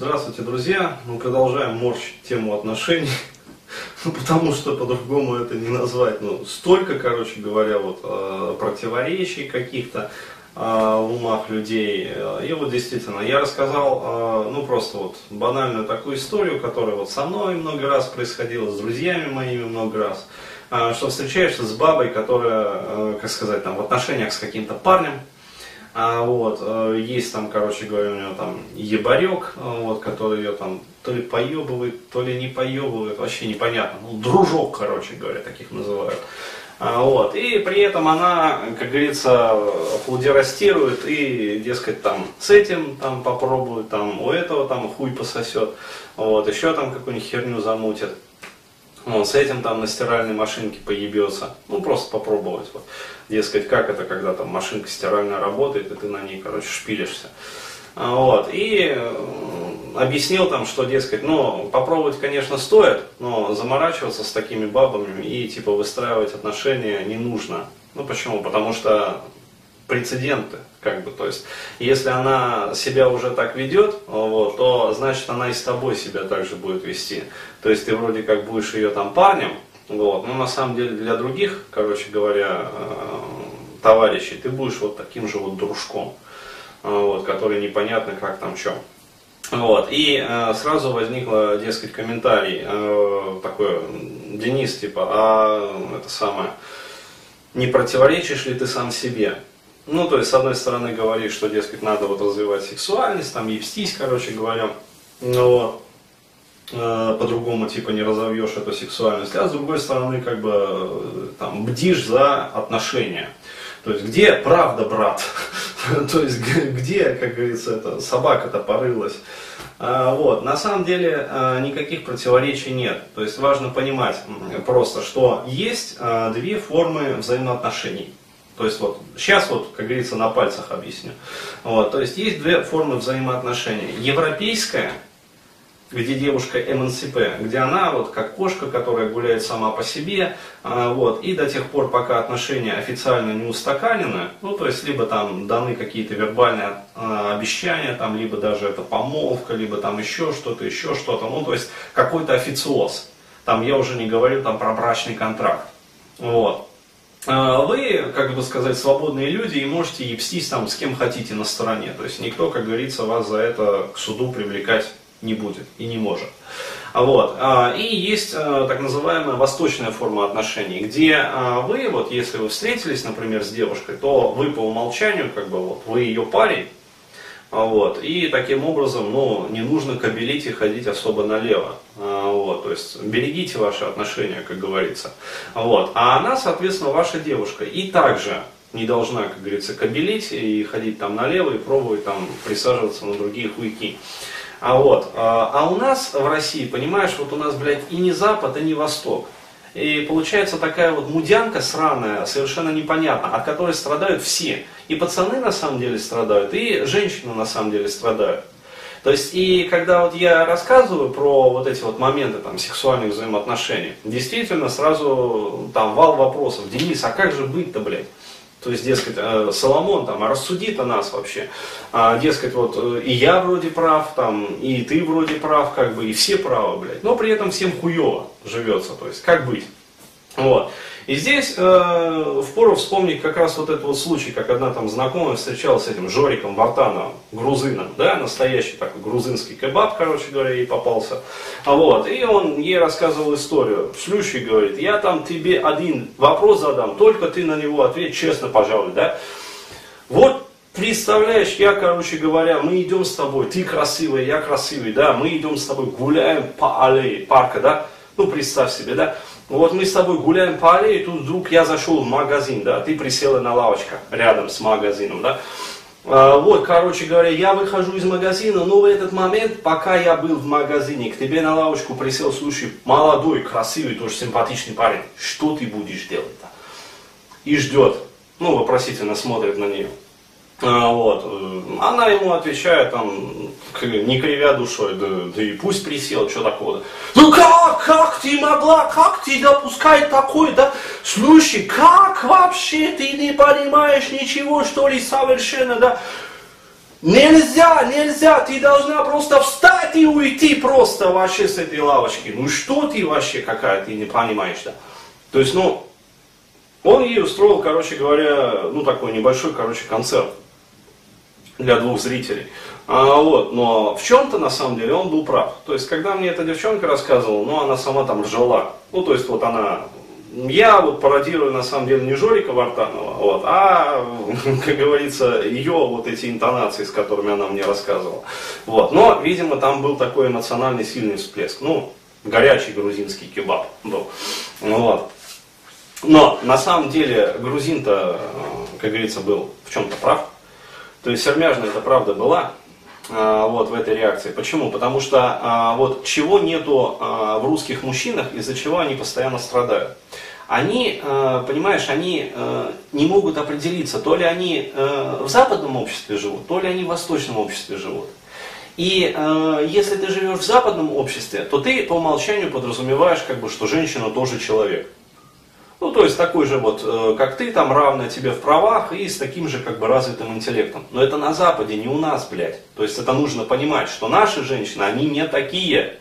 Здравствуйте, друзья! Мы продолжаем морщить тему отношений, потому что по-другому это не назвать. Столько, короче говоря, противоречий каких-то в умах людей. И вот действительно, я рассказал, банальную такую историю, которая со мной много раз происходила, с друзьями моими много раз. Что встречаешься с бабой, которая, в отношениях с каким-то парнем. Есть там, короче говоря, у него там ебарек, который ее там то ли поебывает, то ли не поебывает, вообще непонятно. Дружок, короче говоря, таких называют. И при этом она, как говорится, аплодиростирует и, дескать, там с этим там попробует, там у этого там хуй пососет, еще там какую-нибудь херню замутит. С этим там на стиральной машинке поебется. Просто попробовать. Дескать, как это, когда там машинка стиральная работает, и ты на ней, шпилишься. И объяснил там, что, дескать, попробовать, конечно, стоит, но заморачиваться с такими бабами и, выстраивать отношения не нужно. Почему? Потому что прецеденты, то есть, если она себя уже так ведет, то значит она и с тобой себя также будет вести. То есть ты вроде как будешь ее там парнем, но на самом деле для других, товарищей, ты будешь таким же дружком, который непонятно как там что. И сразу возникло, дескать, комментарий такой: Денис, не противоречишь ли ты сам себе? То есть, с одной стороны, говоришь, что, дескать, надо развивать сексуальность, там, ебстись, по-другому, не разовьешь эту сексуальность, а с другой стороны, бдишь за отношения. То есть, где правда, брат? То есть, где, как говорится, собака-то порылась? На самом деле, никаких противоречий нет. То есть, важно понимать просто, что есть две формы взаимоотношений. То есть сейчас как говорится, на пальцах объясню. То есть две формы взаимоотношений. Европейская, где девушка эмансипе, где она как кошка, которая гуляет сама по себе, и до тех пор, пока отношения официально не устаканены, то есть либо там даны какие-то вербальные обещания, там, либо даже это помолвка, либо там еще что-то, то есть какой-то официоз. Там я уже не говорю там про брачный контракт. Вы, свободные люди и можете ебстись там с кем хотите на стороне. То есть никто, как говорится, вас за это к суду привлекать не будет и не может. И есть так называемая восточная форма отношений, где вы, если вы встретились, например, с девушкой, то вы по умолчанию, вы ее парень, и таким образом, не нужно кобелить и ходить особо налево. То есть берегите ваши отношения, как говорится. А она, соответственно, ваша девушка. И также не должна, как говорится, кобелить и ходить там налево и пробовать там присаживаться на другие хуйки. А у нас в России, понимаешь, у нас, и не Запад, и не Восток. И получается такая мудянка сраная, совершенно непонятно, от которой страдают все. И пацаны на самом деле страдают, и женщины на самом деле страдают. То есть, и когда я рассказываю про эти моменты сексуальных взаимоотношений, действительно сразу там вал вопросов: Денис, а как же быть-то, блядь? То есть, дескать, Соломон, а рассуди-то нас вообще. Дескать, и я вроде прав, и ты вроде прав, и все правы, блядь. Но при этом всем хуево живется, то есть, как быть? И здесь впору вспомнить как раз этот случай, как одна знакомая встречалась с этим Жориком Вартановым, грузином, настоящий такой грузинский кебаб, ей попался. И он ей рассказывал историю. Шлющий говорит: я тебе один вопрос задам, только ты на него ответь честно, пожалуй, представляешь, мы идем с тобой, ты красивый, я красивый, мы идем с тобой, гуляем по аллее парка, представь себе, мы с тобой гуляем по аллее, тут вдруг я зашел в магазин, ты присела на лавочках рядом с магазином, я выхожу из магазина, но в этот момент, пока я был в магазине, к тебе на лавочку присел, слушай, молодой, красивый, тоже симпатичный парень, что ты будешь делать-то? И ждет, вопросительно смотрит на нее. Она ему отвечает, не кривя душой: да и пусть присел, что такого-то. Как ты могла, как ты допускать такое, слушай, как вообще ты не понимаешь ничего, что ли, совершенно, Нельзя, ты должна просто встать и уйти просто вообще с этой лавочки. Ну что ты вообще какая, ты не понимаешь, да? То есть, ну, он ей устроил, короче говоря, ну такой небольшой, короче, концерт для 2 зрителей. Вот, но в чем-то на самом деле он был прав. То есть, когда мне эта девчонка рассказывала, ну она сама там ржала. Ну, то есть, вот она... Я вот пародирую на самом деле не Жорика Вартанова, вот, а, как говорится, ее вот эти интонации, с которыми она мне рассказывала. Вот. Но, видимо, там был такой эмоциональный сильный всплеск. Ну, горячий грузинский кебаб был. Вот. Но на самом деле грузин-то, как говорится, был в чем-то прав. То есть сермяжная это правда была. Вот в этой реакции. Почему? Потому что вот чего нету в русских мужчинах, из-за чего они постоянно страдают. Они, понимаешь, они не могут определиться, то ли они в западном обществе живут, то ли они в восточном обществе живут. И если ты живешь в западном обществе, то ты по умолчанию подразумеваешь, как бы, что женщина тоже человек. Ну, то есть такой же вот, как ты, там, равная тебе в правах и с таким же, как бы, развитым интеллектом. Но это на Западе, не у нас, блядь. То есть это нужно понимать, что наши женщины, они не такие.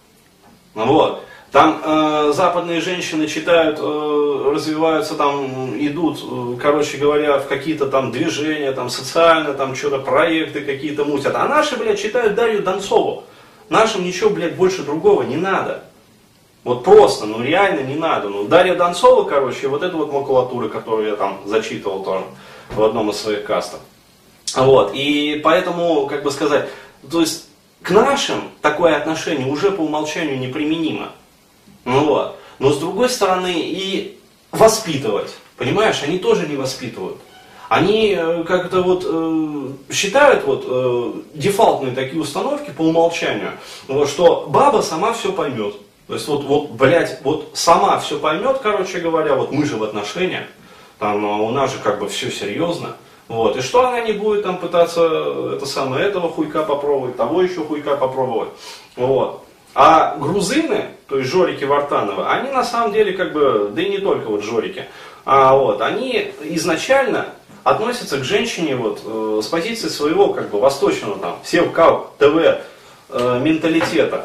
Вот. Там западные женщины читают, развиваются, там, идут, короче говоря, в какие-то там движения, там, социально, там, что-то, проекты какие-то мутят. А наши, блядь, читают Дарью Донцову. Нашим ничего, блядь, больше другого не надо. Вот просто, ну реально не надо. Ну, Дарья Донцова, короче, вот эта вот макулатура, которую я там зачитывал тоже в одном из своих кастов. Вот, и поэтому, как бы сказать, то есть к нашим такое отношение уже по умолчанию неприменимо. Ну вот. Но с другой стороны и воспитывать, понимаешь, они тоже не воспитывают. Они как-то вот считают вот дефолтные такие установки по умолчанию, вот, что баба сама все поймет. То есть вот, блядь, вот сама все поймет, короче говоря, вот мы же в отношениях, там у нас же как бы все серьезно, вот, и что она не будет там пытаться это самое, этого хуйка попробовать, того еще хуйка попробовать, вот. А грузины, то есть Жорики Вартановы, они на самом деле как бы, да и не только вот Жорики, вот, они изначально относятся к женщине вот с позиции своего как бы восточного там, Севкал ТВ менталитета.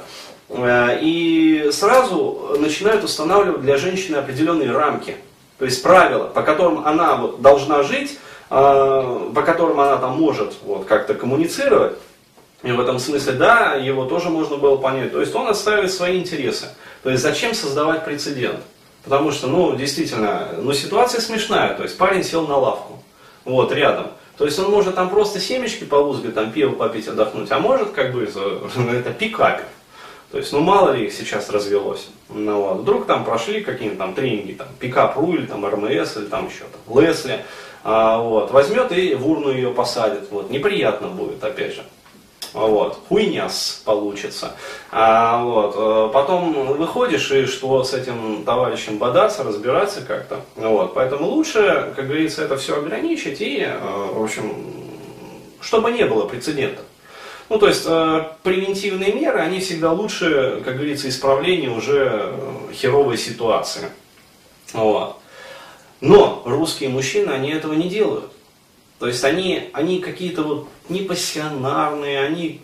И сразу начинают устанавливать для женщины определенные рамки, то есть правила, по которым она вот должна жить, по которым она там может вот как-то коммуницировать. И в этом смысле, да, его тоже можно было понять. То есть он отстаивает свои интересы. То есть зачем создавать прецедент? Потому что, ну, действительно, ну, ситуация смешная. То есть парень сел на лавку, вот, рядом. То есть он может там просто семечки полузгать, там пиво попить, отдохнуть, а может, как бы, это пикапер. То есть, ну, мало ли их сейчас развелось. Ну, вот. Вдруг там прошли какие-то там тренинги, там, пикап-ру или там РМС, или там еще там, Лесли. Вот. Возьмет и в урну ее посадит. Вот. Неприятно будет, опять же. Вот. Хуйняс получится. Вот. Потом выходишь, и что с этим товарищем бодаться, разбираться как-то. Вот. Поэтому лучше, как говорится, это все ограничить и, в общем, чтобы не было прецедентов. Ну, то есть, превентивные меры, они всегда лучше, как говорится, исправления уже херовой ситуации. Вот. Но русские мужчины, они этого не делают. То есть, они какие-то вот непассионарные, они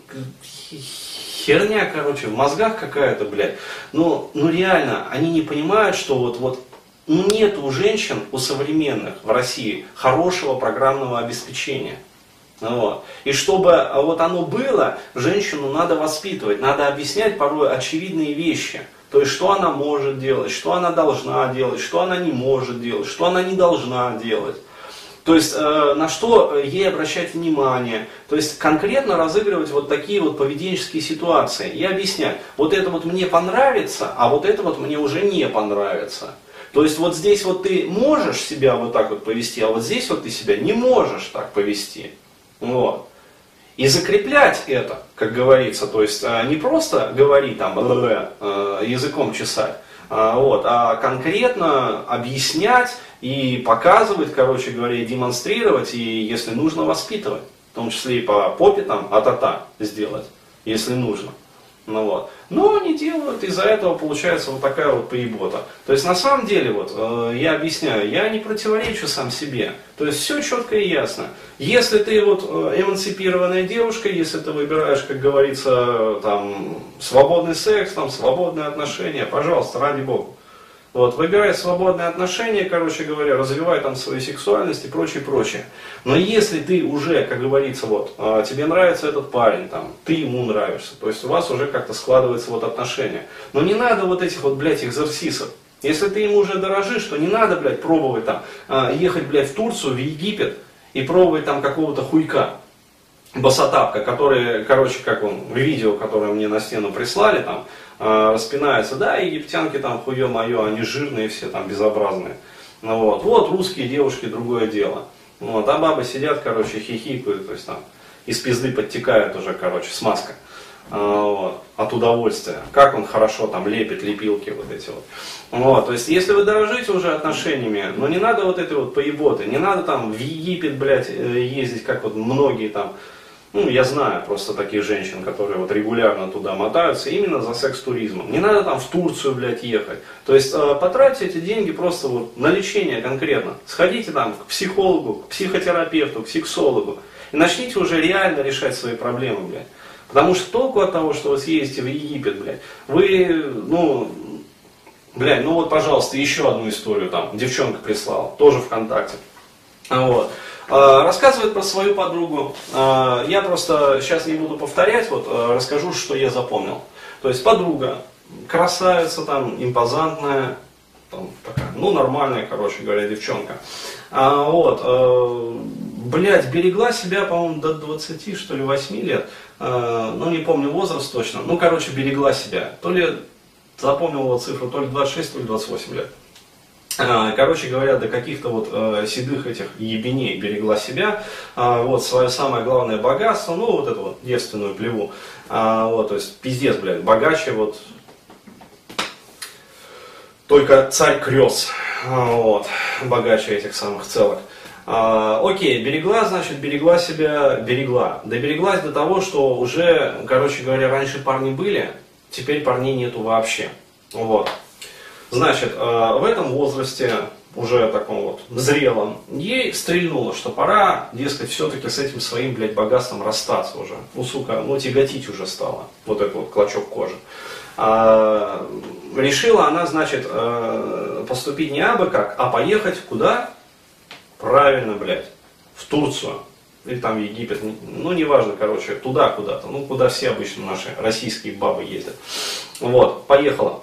херня, короче, в мозгах какая-то, блядь. Ну реально, они не понимают, что вот нет у женщин, у современных в России хорошего программного обеспечения. Вот. И чтобы вот оно было, женщину надо воспитывать, надо объяснять порой очевидные вещи. То есть, что она может делать, что она должна делать, что она не может делать, что она не должна делать. То есть, на что ей обращать внимание. То есть, конкретно разыгрывать вот такие вот поведенческие ситуации. И объяснять, вот это вот мне понравится, а вот это вот мне уже не понравится. То есть, вот здесь вот ты можешь себя вот так вот повести, а вот здесь вот ты себя не можешь так повести. Вот. И закреплять это, как говорится, то есть не просто говори там языком чесать, вот, а конкретно объяснять и показывать, короче говоря, и демонстрировать, и если нужно воспитывать, в том числе и по попе там а-та-та сделать, если нужно. Ну, вот. Но они делают, из-за этого получается вот такая вот поебота. То есть на самом деле, вот, я объясняю, я не противоречу сам себе. То есть все четко и ясно. Если ты вот эмансипированная девушка, если ты выбираешь, как говорится, там, свободный секс, там, свободные отношения, пожалуйста, ради бога. Вот, выбирай свободные отношения, короче говоря, развивай там свою сексуальность и прочее, прочее. Но если ты уже, как говорится, вот, тебе нравится этот парень, там, ты ему нравишься, то есть у вас уже как-то складываются вот отношения. Но не надо вот этих вот, блядь, экзорсисов. Если ты ему уже дорожишь, то не надо, блядь, пробовать там, ехать, блядь, в Турцию, в Египет и пробовать там какого-то хуйка. Басотапка, который, короче, как он, видео, которое мне на стену прислали, там, распинается, да, египтянки там, хуе мое, они жирные все, там, безобразные. Ну, вот русские девушки, другое дело. Вот, а бабы сидят, короче, хихикают, то есть там, из пизды подтекает уже, короче, смазка. Вот, от удовольствия. Как он хорошо там лепит лепилки вот эти вот. Вот, то есть, если вы дорожите уже отношениями, но не надо вот этой вот поеботы, не надо там в Египет, блядь, ездить, как вот многие там. Ну, я знаю просто таких женщин, которые вот регулярно туда мотаются именно за секс-туризмом. Не надо там в Турцию, блядь, ехать. То есть потратьте эти деньги просто вот на лечение конкретно. Сходите там к психологу, к психотерапевту, к сексологу. И начните уже реально решать свои проблемы, блядь. Потому что толку от того, что вы съездите в Египет, блядь, вы, ну, блядь, ну вот, пожалуйста, еще одну историю там, девчонка прислала, тоже ВКонтакте. Вот. Рассказывает про свою подругу. Я просто сейчас не буду повторять, вот расскажу, что я запомнил. То есть подруга, красавица там, импозантная, там, такая, ну нормальная, короче говоря, девчонка. Блядь, берегла себя, по-моему, до 20, что ли, 8 лет. Ну не помню возраст точно. Ну, короче, берегла себя. То ли запомнил его цифру, то ли 26, то ли 28 лет. Короче говоря, до каких-то вот седых этих ебеней берегла себя, вот свое самое главное богатство, ну вот эту вот девственную плеву, вот, то есть пиздец, блядь, богаче вот только царь Крёс, вот, богаче этих самых целок. Окей, берегла, значит, берегла себя, берегла. Добереглась до того, что уже, короче говоря, раньше парни были, теперь парней нету вообще, вот. Значит, в этом возрасте, уже таком вот зрелом, ей стрельнуло, что пора, дескать, все-таки с этим своим, блядь, богатством расстаться уже. Ну, сука, ну тяготить уже стало, вот этот вот клочок кожи. Решила она, значит, поступить не абы как, а поехать куда? Правильно, блядь, в Турцию. Или там в Египет, ну неважно, короче, туда куда-то, ну куда все обычно наши российские бабы ездят. Вот, поехала.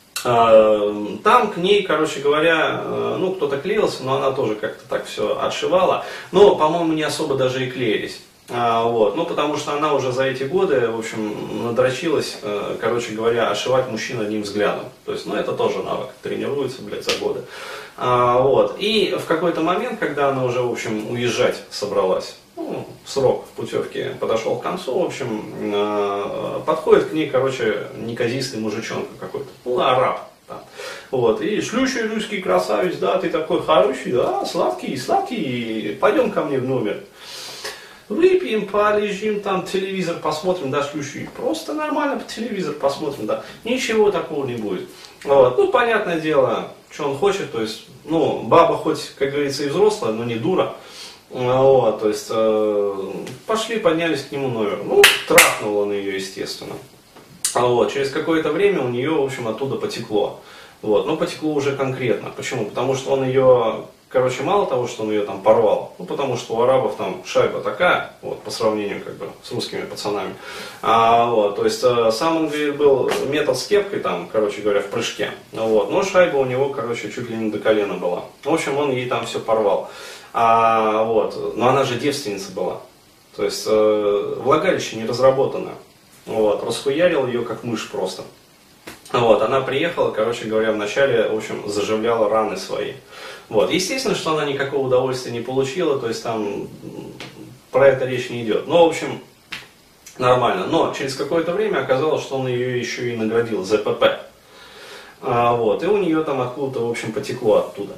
Там к ней, короче говоря, ну кто-то клеился, но она тоже как-то так все отшивала. Но, по-моему, не особо даже и клеились. Вот. Ну, потому что она уже за эти годы, в общем, надрочилась, короче говоря, ошивать мужчин одним взглядом. То есть, ну, это тоже навык, тренируется, блядь, за годы. Вот. И в какой-то момент, когда она уже, в общем, уезжать собралась, ну, срок путевки подошел к концу, в общем, подходит к ней, короче, неказистый мужичонка какой-то, ну, араб. Там. Вот, и шлющий русский красавец, да, ты такой хороший, да, сладкий, сладкий, пойдем ко мне в номер. Выпьем, полежим, там телевизор посмотрим, да, шлющий. Просто нормально по телевизор посмотрим, да. Ничего такого не будет. Вот. Ну, понятное дело, что он хочет, то есть, ну, баба хоть, как говорится, и взрослая, но не дура. Вот, то есть, пошли, поднялись к нему номер. Ну, трахнул он ее, естественно. Вот, через какое-то время у нее, в общем, оттуда потекло. Вот, но потекло уже конкретно. Почему? Потому что он ее... Короче, мало того, что он ее там порвал, ну потому что у арабов там шайба такая, вот, по сравнению как бы с русскими пацанами. Вот, то есть сам он, говорит, был метр с кепкой там, короче говоря, в прыжке. Вот, но шайба у него, короче, чуть ли не до колена была. В общем, он ей там все порвал. Вот, но она же девственница была. То есть влагалище не разработано. Вот, расхуярил ее как мышь просто. Вот, она приехала, короче говоря, вначале, в общем, заживляла раны свои. Вот, естественно, что она никакого удовольствия не получила, то есть там про это речь не идет. Но, в общем, нормально. Но через какое-то время оказалось, что он ее еще и наградил ЗПП. Вот, и у нее там откуда-то, в общем, потекло оттуда.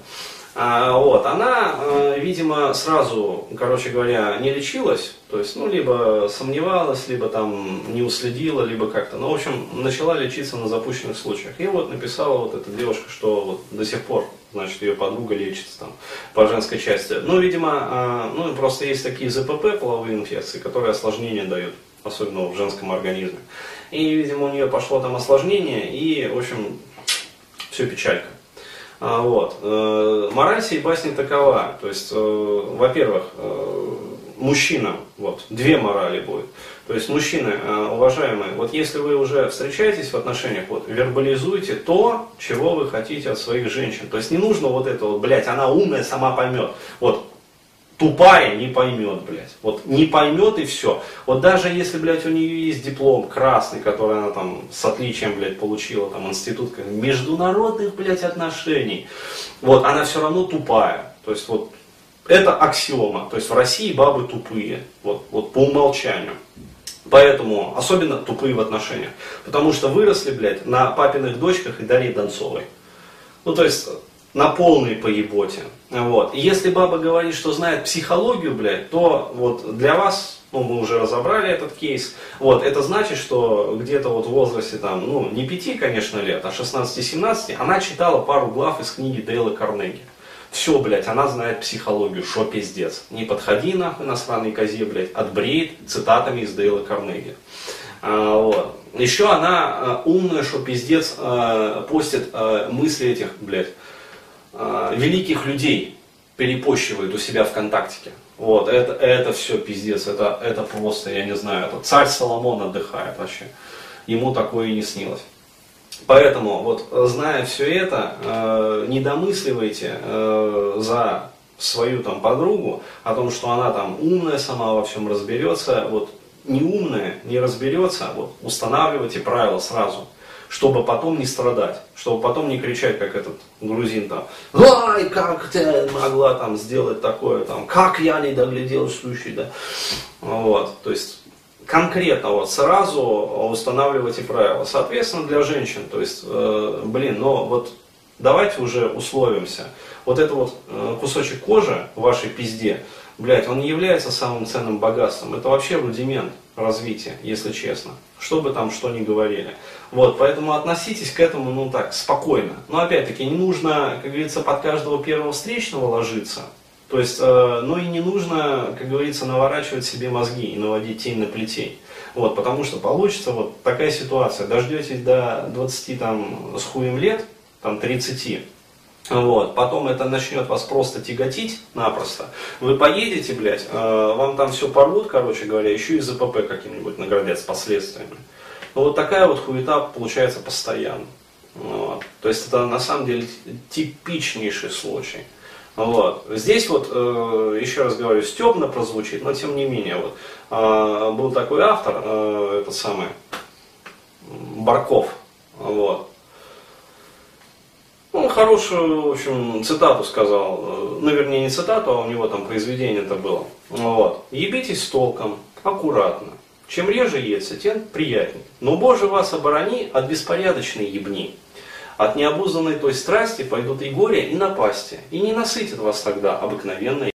Вот, она, видимо, сразу, короче говоря, не лечилась, то есть, ну, либо сомневалась, либо там не уследила, либо как-то, ну, в общем, начала лечиться на запущенных случаях. И вот написала вот эта девушка, что вот до сих пор, значит, ее подруга лечится там по женской части. Ну, видимо, ну, просто есть такие ЗПП, половые инфекции, которые осложнения дают, особенно в женском организме. И, видимо, у нее пошло там осложнение, и, в общем, все печалька. Вот. Мораль сей басни такова, то есть, во-первых, мужчина, вот, две морали будет. То есть, мужчины, уважаемые, вот если вы уже встречаетесь в отношениях, вот, вербализуйте то, чего вы хотите от своих женщин. То есть, не нужно вот это вот, блядь, она умная, сама поймет. Вот, тупая не поймет, блядь. Вот не поймет и все. Вот даже если, блядь, у нее есть диплом красный, который она там с отличием, блядь, получила, там, институт международных, блядь, отношений, вот, она все равно тупая. То есть, вот, это аксиома. То есть, в России бабы тупые. Вот по умолчанию. Поэтому, особенно тупые в отношениях. Потому что выросли, блядь, на папиных дочках и Дарье Донцовой. Ну, то есть, на полной поеботе. Вот. И если баба говорит, что знает психологию, блядь, то вот для вас, ну, мы уже разобрали этот кейс, вот, это значит, что где-то вот в возрасте там, ну, не 5, конечно, лет, а 16-17, она читала пару глав из книги Дейла Карнеги. Все, блядь, она знает психологию, шо пиздец. Не подходи нахуй на сраной козе, блядь, отбреет цитатами из Дейла Карнеги. Вот. Еще она умная, шо пиздец, постит мысли этих, блядь, великих людей, перепощивает у себя ВКонтактике. Вот, это все пиздец, это просто, я не знаю, это царь Соломон отдыхает вообще. Ему такое и не снилось. Поэтому, вот, зная все это, не домысливайте за свою там подругу о том, что она там умная, сама во всем разберется. Вот, не умная, не разберется, вот, устанавливайте правила сразу, чтобы потом не страдать, чтобы потом не кричать, как этот грузин там, ай, как ты могла там сделать такое, там, как я не доглядел случай, да. Вот, то есть, конкретно вот сразу устанавливайте правила. Соответственно, для женщин, то есть, но вот давайте уже условимся. Вот этот вот кусочек кожи в вашей пизде, блядь, он не является самым ценным богатством. Это вообще рудимент развития, если честно. Что бы там, что ни говорили. Вот, поэтому относитесь к этому, ну так, спокойно. Но опять-таки, не нужно, как говорится, под каждого первого встречного ложиться. То есть, ну и не нужно, как говорится, наворачивать себе мозги и наводить тень на плетень. Вот, потому что получится вот такая ситуация. Дождетесь до 20 там, с хуем лет, там 30. Вот, потом это начнет вас просто тяготить напросто. Вы поедете, блядь, вам там все порвут, короче говоря, еще и ЗПП каким-нибудь наградят с последствиями. Ну вот такая вот хуета получается постоянно. Вот. То есть это на самом деле типичнейший случай. Вот. Здесь вот, еще раз говорю, стебно прозвучит, но тем не менее, вот, был такой автор, этот самый, Барков, вот. Он хорошую, в общем, цитату сказал, ну, вернее, не цитату, а у него там произведение это было. Вот. Ебитесь с толком, аккуратно. Чем реже ется, тем приятнее. Но, Боже, вас оборони от беспорядочной ебни. От необузданной той страсти пойдут и горе, и напасти, и не насытит вас тогда обыкновенная